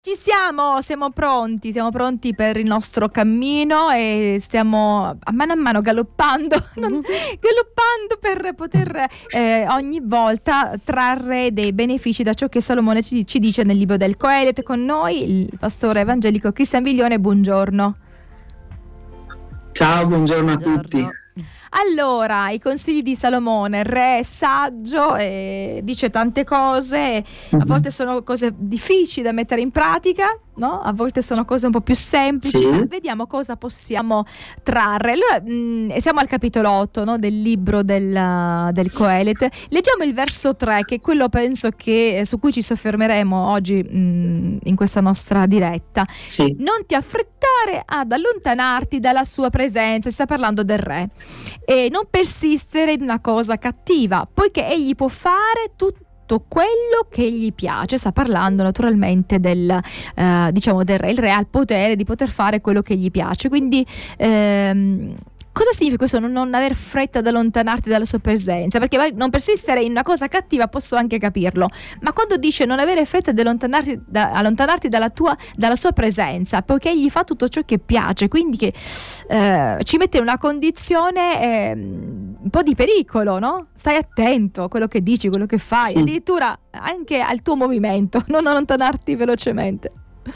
Ci siamo pronti per il nostro cammino e stiamo a mano galoppando, galoppando per poter ogni volta trarre dei benefici da ciò che Salomone ci dice nel libro del Coelet. Con noi il pastore evangelico Cristian Viglione, buongiorno. Ciao, buongiorno a tutti. Allora, i consigli di Salomone, re saggio, dice tante cose, a volte sono cose difficili da mettere in pratica, no? A volte sono cose un po' più semplici, Sì. ma vediamo cosa possiamo trarre. Allora, siamo al capitolo 8, no? Del libro del Coelet. Leggiamo il verso 3, che è quello penso che su cui ci soffermeremo oggi in questa nostra diretta. Sì. Non ti affrettare ad allontanarti dalla sua presenza, sta parlando del re, e non persistere in una cosa cattiva, poiché egli può fare tutto quello che gli piace. Sta parlando naturalmente del re. Il re ha il potere di poter fare quello che gli piace, quindi cosa significa questo non aver fretta ad allontanarti dalla sua presenza? Perché non persistere in una cosa cattiva posso anche capirlo, ma quando dice non avere fretta ad allontanarti dalla sua presenza, poiché egli fa tutto ciò che piace, quindi che ci mette in una condizione un po' di pericolo, no? Stai attento a quello che dici, quello che fai, Sì. addirittura anche al tuo movimento, non allontanarti velocemente.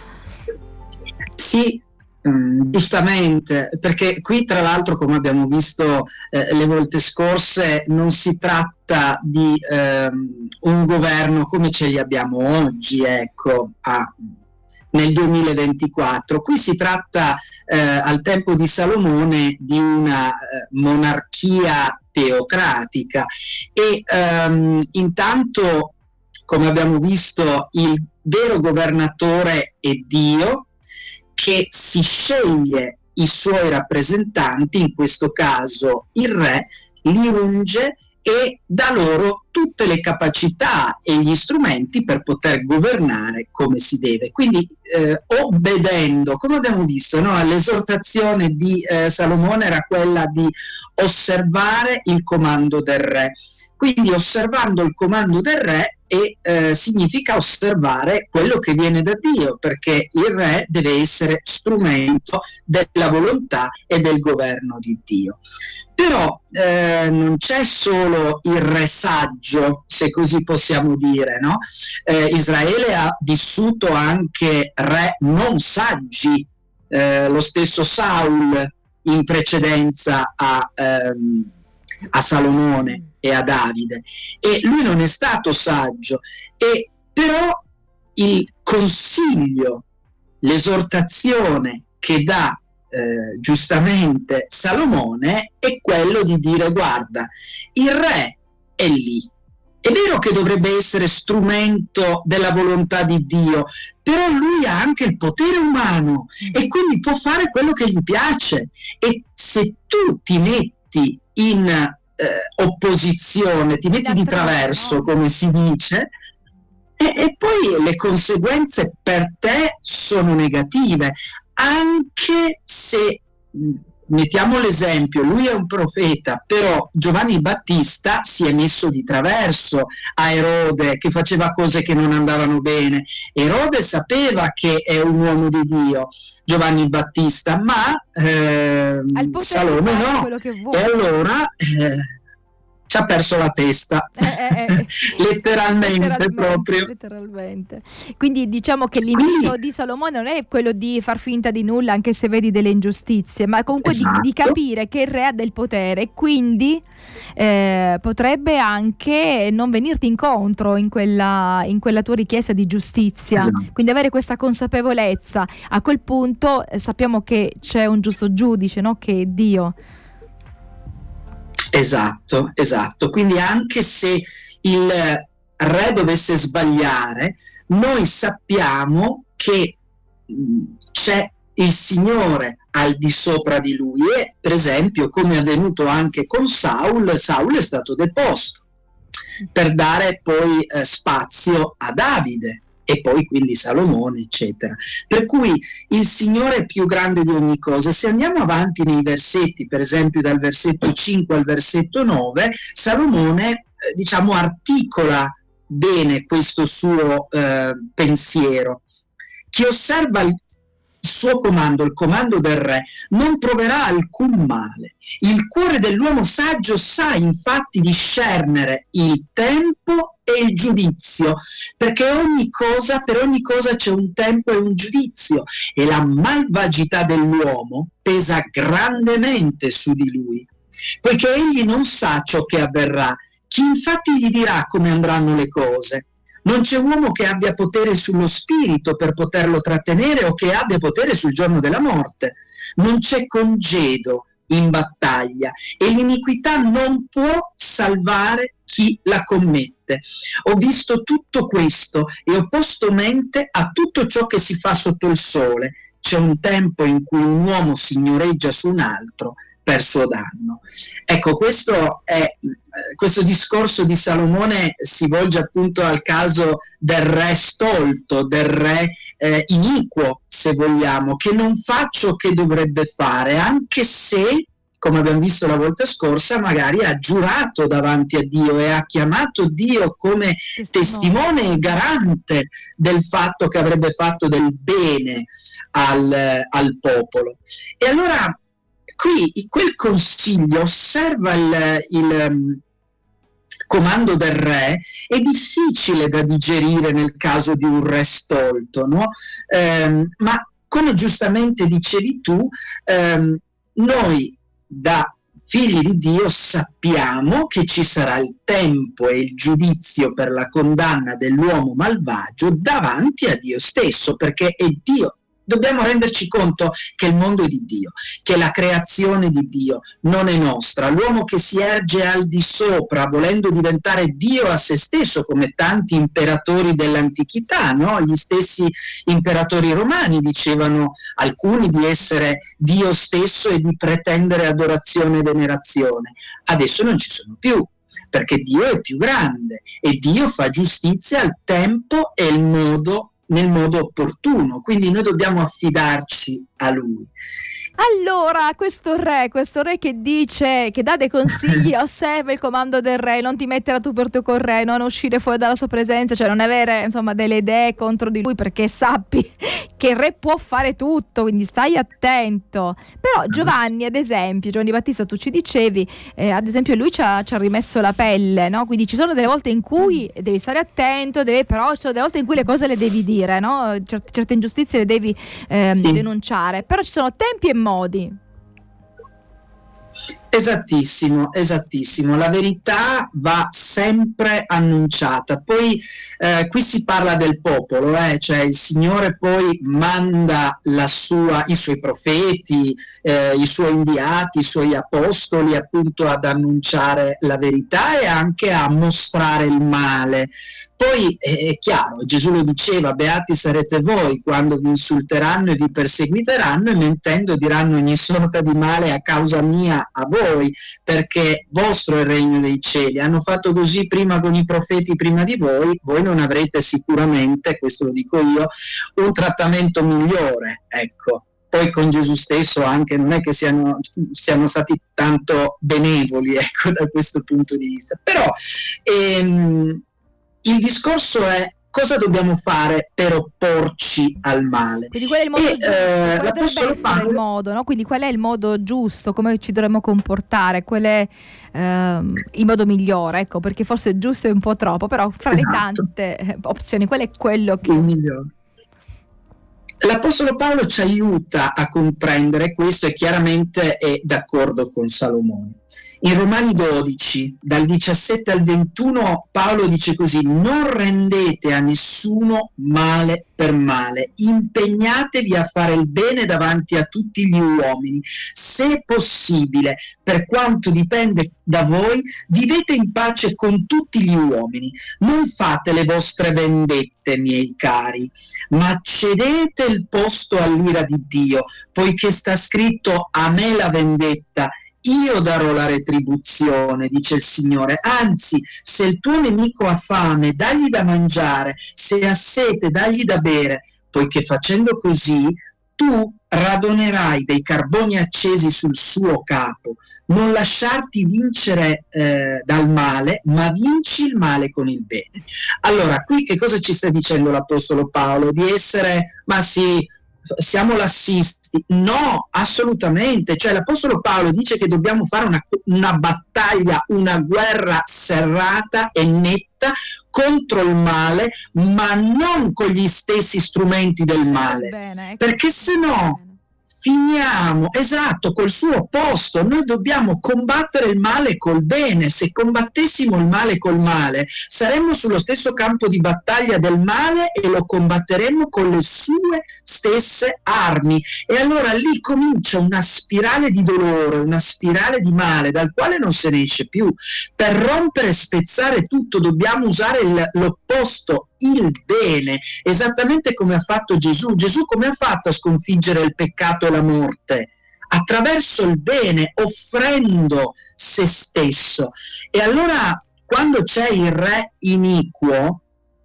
Sì, giustamente, perché qui tra l'altro, come abbiamo visto le volte scorse, non si tratta di un governo come ce li abbiamo oggi, ecco, nel 2024. Qui si tratta al tempo di Salomone di una monarchia teocratica e intanto, come abbiamo visto, il vero governatore è Dio, che si sceglie i suoi rappresentanti, in questo caso il re, li unge e dà loro tutte le capacità e gli strumenti per poter governare come si deve. Quindi obbedendo, come abbiamo visto, no? L'esortazione di Salomone era quella di osservare il comando del re. Quindi osservando il comando del re significa osservare quello che viene da Dio, perché il re deve essere strumento della volontà e del governo di Dio. Però non c'è solo il re saggio, se così possiamo dire, no? Israele ha vissuto anche re non saggi, lo stesso Saul in precedenza a Salomone e a Davide, e lui non è stato saggio, però il consiglio, l'esortazione che dà giustamente Salomone è quello di dire: guarda, il re è lì, è vero che dovrebbe essere strumento della volontà di Dio, però lui ha anche il potere umano e quindi può fare quello che gli piace, e se tu ti metti in opposizione, ti metti di traverso, come si dice, e poi le conseguenze per te sono negative, anche se, mettiamo l'esempio, lui è un profeta, però Giovanni Battista si è messo di traverso a Erode, che faceva cose che non andavano bene. Erode sapeva che è un uomo di Dio, Giovanni Battista, ma Salome no, quello che vuole. E allora ci ha perso la testa, letteralmente proprio. Letteralmente. Quindi diciamo che l'invito di Salomone non è quello di far finta di nulla anche se vedi delle ingiustizie, ma comunque di capire che il re ha del potere e quindi potrebbe anche non venirti incontro in quella tua richiesta di giustizia. Quindi avere questa consapevolezza. A quel punto sappiamo che c'è un giusto giudice, no? Che è Dio. Esatto. Quindi anche se il re dovesse sbagliare, noi sappiamo che c'è il Signore al di sopra di lui, e per esempio, come è avvenuto anche con Saul è stato deposto per dare poi spazio a Davide e poi quindi Salomone, eccetera. Per cui il Signore è più grande di ogni cosa. Se andiamo avanti nei versetti, per esempio dal versetto 5 al versetto 9, Salomone articola bene questo suo pensiero, Chi osserva il suo comando, il comando del re, non proverà alcun male. Il cuore dell'uomo saggio sa infatti discernere il tempo e il giudizio, perché per ogni cosa c'è un tempo e un giudizio, e la malvagità dell'uomo pesa grandemente su di lui, poiché egli non sa ciò che avverrà. Chi infatti gli dirà come andranno le cose? Non c'è uomo che abbia potere sullo spirito per poterlo trattenere o che abbia potere sul giorno della morte. Non c'è congedo in battaglia e l'iniquità non può salvare chi la commette. Ho visto tutto questo e ho posto mente a tutto ciò che si fa sotto il sole. C'è un tempo in cui un uomo signoreggia su un altro per suo danno. Ecco, questo discorso di Salomone si volge appunto al caso del re stolto, del re iniquo, se vogliamo, che non fa ciò che dovrebbe fare, anche se, come abbiamo visto la volta scorsa, magari ha giurato davanti a Dio e ha chiamato Dio come testimone e garante del fatto che avrebbe fatto del bene al popolo. E allora qui quel consiglio osserva il comando del re, è difficile da digerire nel caso di un re stolto, no? Ma come giustamente dicevi tu, noi da figli di Dio sappiamo che ci sarà il tempo e il giudizio per la condanna dell'uomo malvagio davanti a Dio stesso, perché è Dio. Dobbiamo renderci conto che il mondo è di Dio, che la creazione di Dio non è nostra. L'uomo che si erge al di sopra, volendo diventare Dio a se stesso, come tanti imperatori dell'antichità, no? Gli stessi imperatori romani dicevano alcuni di essere Dio stesso e di pretendere adorazione e venerazione. Adesso non ci sono più, perché Dio è più grande e Dio fa giustizia al tempo e nel modo opportuno, quindi noi dobbiamo affidarci a Lui. Allora, questo re che dice, che dà dei consigli, osserva il comando del re, non ti mettere a tu per tu col re, non uscire fuori dalla sua presenza, cioè non avere insomma delle idee contro di lui, perché sappi che il re può fare tutto, quindi stai attento. Però Giovanni, ad esempio, Giovanni Battista, tu ci dicevi, ad esempio lui ci ha rimesso la pelle, no? Quindi ci sono delle volte in cui devi stare attento, però ci sono delle volte in cui le cose le devi dire, no? Certe ingiustizie le devi denunciare, però ci sono tempi e modi. Esattissimo. La verità va sempre annunciata. Poi qui si parla del popolo, cioè il Signore poi manda i suoi profeti, i suoi inviati, i suoi apostoli appunto ad annunciare la verità e anche a mostrare il male. Poi è chiaro, Gesù lo diceva: beati sarete voi quando vi insulteranno e vi perseguiteranno e mentendo diranno ogni sorta di male a causa mia a voi, perché vostro è il regno dei cieli. Hanno fatto così prima con i profeti prima di voi non avrete sicuramente, questo lo dico io, un trattamento migliore, ecco. Poi con Gesù stesso anche non è che siano stati tanto benevoli, ecco, da questo punto di vista. Però il discorso è: cosa dobbiamo fare per opporci al male? Quindi qual è il modo giusto? Quale dovrebbe essere il modo, no? Quindi qual è il modo giusto? Come ci dovremmo comportare? Qual è il modo migliore? Ecco, perché forse giusto è un po' troppo, però fra le tante opzioni, qual è quello che... Il migliore. L'Apostolo Paolo ci aiuta a comprendere questo e chiaramente è d'accordo con Salomone. In Romani 12, dal 17 al 21, Paolo dice così: non rendete a nessuno male per male, impegnatevi a fare il bene davanti a tutti gli uomini. Se possibile, per quanto dipende da voi, vivete in pace con tutti gli uomini. Non fate le vostre vendette, miei cari, ma cedete il posto all'ira di Dio, poiché sta scritto: a me la vendetta, io darò la retribuzione, dice il Signore. Anzi, se il tuo nemico ha fame, dagli da mangiare, se ha sete, dagli da bere, poiché facendo così tu radonerai dei carboni accesi sul suo capo. non lasciarti vincere dal male, ma vinci il male con il bene. Allora, qui che cosa ci sta dicendo l'Apostolo Paolo? Di essere, ma sì, siamo lassisti? No, assolutamente. Cioè l'Apostolo Paolo dice che dobbiamo fare una battaglia, una guerra serrata e netta contro il male, ma non con gli stessi strumenti del male, perché se no finiamo, esatto, col suo opposto. Noi dobbiamo combattere il male col bene. Se combattessimo il male col male, saremmo sullo stesso campo di battaglia del male e lo combatteremmo con le sue stesse armi. E allora lì comincia una spirale di dolore, una spirale di male dal quale non se ne esce più. Per rompere e spezzare tutto dobbiamo usare l'opposto, il bene, esattamente come ha fatto Gesù. Gesù come ha fatto a sconfiggere il peccato e la morte? Attraverso il bene, offrendo se stesso. E allora quando c'è il re iniquo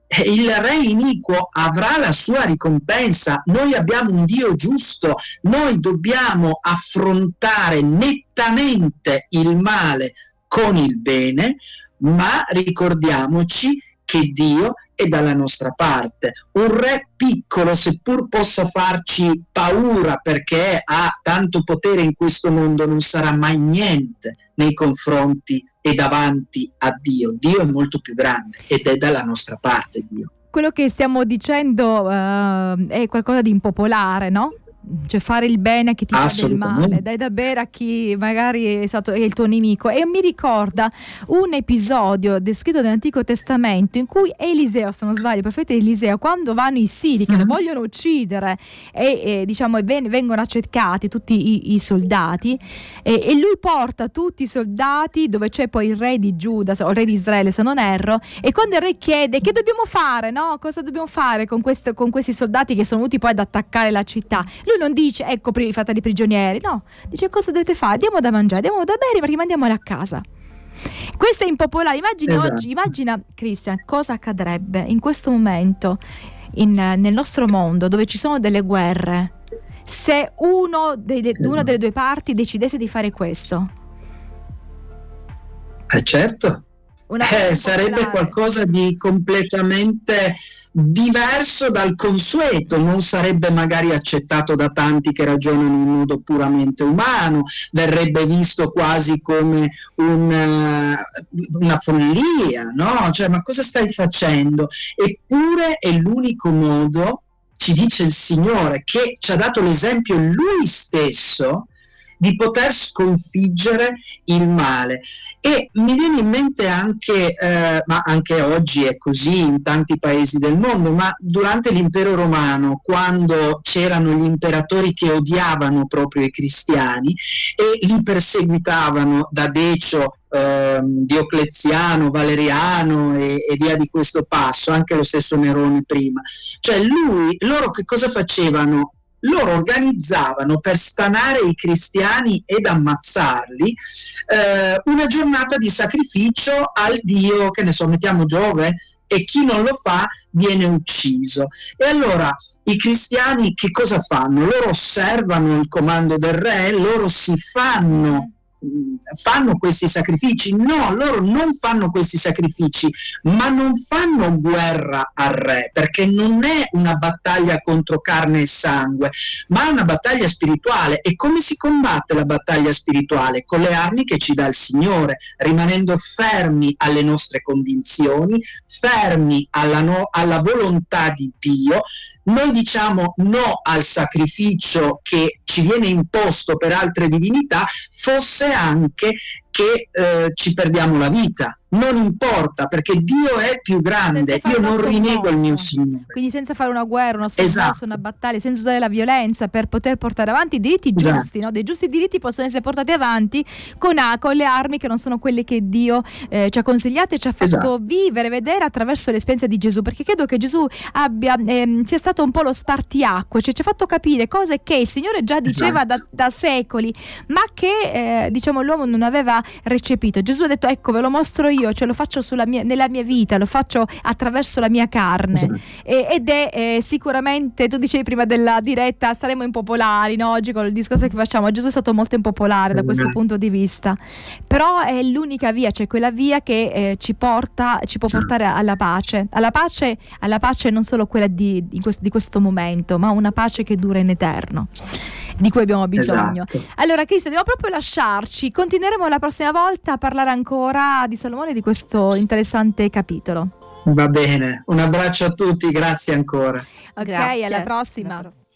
avrà la sua ricompensa. Noi abbiamo un Dio giusto, noi dobbiamo affrontare nettamente il male con il bene, ma ricordiamoci che Dio è dalla nostra parte. Un re piccolo, seppur possa farci paura perché ha tanto potere in questo mondo, non sarà mai niente nei confronti e davanti a Dio. Dio è molto più grande ed è dalla nostra parte Dio. Quello che stiamo dicendo è qualcosa di impopolare, no? Cioè fare il bene a chi ti fa del male, dai da bere a chi magari è il tuo nemico. E mi ricorda un episodio descritto nell'Antico Testamento in cui Eliseo, se non sbaglio, il profeta Eliseo, quando vanno i siri che lo vogliono uccidere e vengono accercati tutti i soldati e lui porta tutti i soldati dove c'è poi il re di Giuda o il re di Israele, se non erro, e quando il re chiede che dobbiamo fare, no? Cosa dobbiamo fare con questi soldati che sono venuti poi ad attaccare la città, lui non dice ecco i fratelli prigionieri, no, dice cosa dovete fare, diamo da mangiare, diamo da bere perché mandiamoli a casa. Questo è impopolare. Immagina oggi, immagina Christian cosa accadrebbe in questo momento nel nostro mondo dove ci sono delle guerre, se una delle due parti decidesse di fare questo. Certo, sarebbe qualcosa di completamente diverso dal consueto, non sarebbe magari accettato da tanti che ragionano in modo puramente umano, verrebbe visto quasi come una follia, no? Cioè, ma cosa stai facendo? Eppure è l'unico modo, ci dice il Signore, che ci ha dato l'esempio Lui stesso, di poter sconfiggere il male. E mi viene in mente anche, ma anche oggi è così in tanti paesi del mondo, ma durante l'impero romano, quando c'erano gli imperatori che odiavano proprio i cristiani e li perseguitavano, da Decio, Diocleziano, Valeriano e via di questo passo, anche lo stesso Nerone prima. Cioè loro che cosa facevano? Loro organizzavano per stanare i cristiani ed ammazzarli una giornata di sacrificio al dio, che ne so, mettiamo Giove, e chi non lo fa viene ucciso. E allora i cristiani che cosa fanno? Loro osservano il comando del re, loro fanno questi sacrifici? No, loro non fanno questi sacrifici, ma non fanno guerra al re, perché non è una battaglia contro carne e sangue, ma è una battaglia spirituale. E come si combatte la battaglia spirituale? Con le armi che ci dà il Signore, rimanendo fermi alle nostre convinzioni, fermi alla volontà di Dio. Noi diciamo no al sacrificio che ci viene imposto per altre divinità, fosse anche che ci perdiamo la vita. Non importa, perché Dio è più grande, io non rinego il mio Signore. Quindi senza fare una guerra, una sommossa, una battaglia, senza usare la violenza per poter portare avanti i diritti giusti, no? Dei giusti diritti possono essere portati avanti con le armi che non sono quelle che Dio ci ha consigliato e ci ha fatto vivere, vedere attraverso l'esperienza di Gesù, perché credo che Gesù sia stato un po' lo spartiacque, cioè ci ha fatto capire cose che il Signore già diceva da secoli, ma che l'uomo non aveva ha recepito. Gesù ha detto: ecco, ve lo mostro io, cioè lo faccio nella mia vita, lo faccio attraverso la mia carne. Sì. Ed è sicuramente, tu dicevi prima della diretta, saremo impopolari, no? Oggi con il discorso che facciamo, Gesù è stato molto impopolare da questo punto di vista, però è l'unica via, cioè quella via che ci può portare alla pace, non solo quella di questo momento, ma una pace che dura in eterno, di cui abbiamo bisogno. Esatto. Allora, Cristian, dobbiamo proprio lasciarci, continueremo la prossima volta a parlare ancora di Salomone, di questo interessante capitolo. Va bene, un abbraccio a tutti, grazie ancora. Ok, Grazie. alla prossima.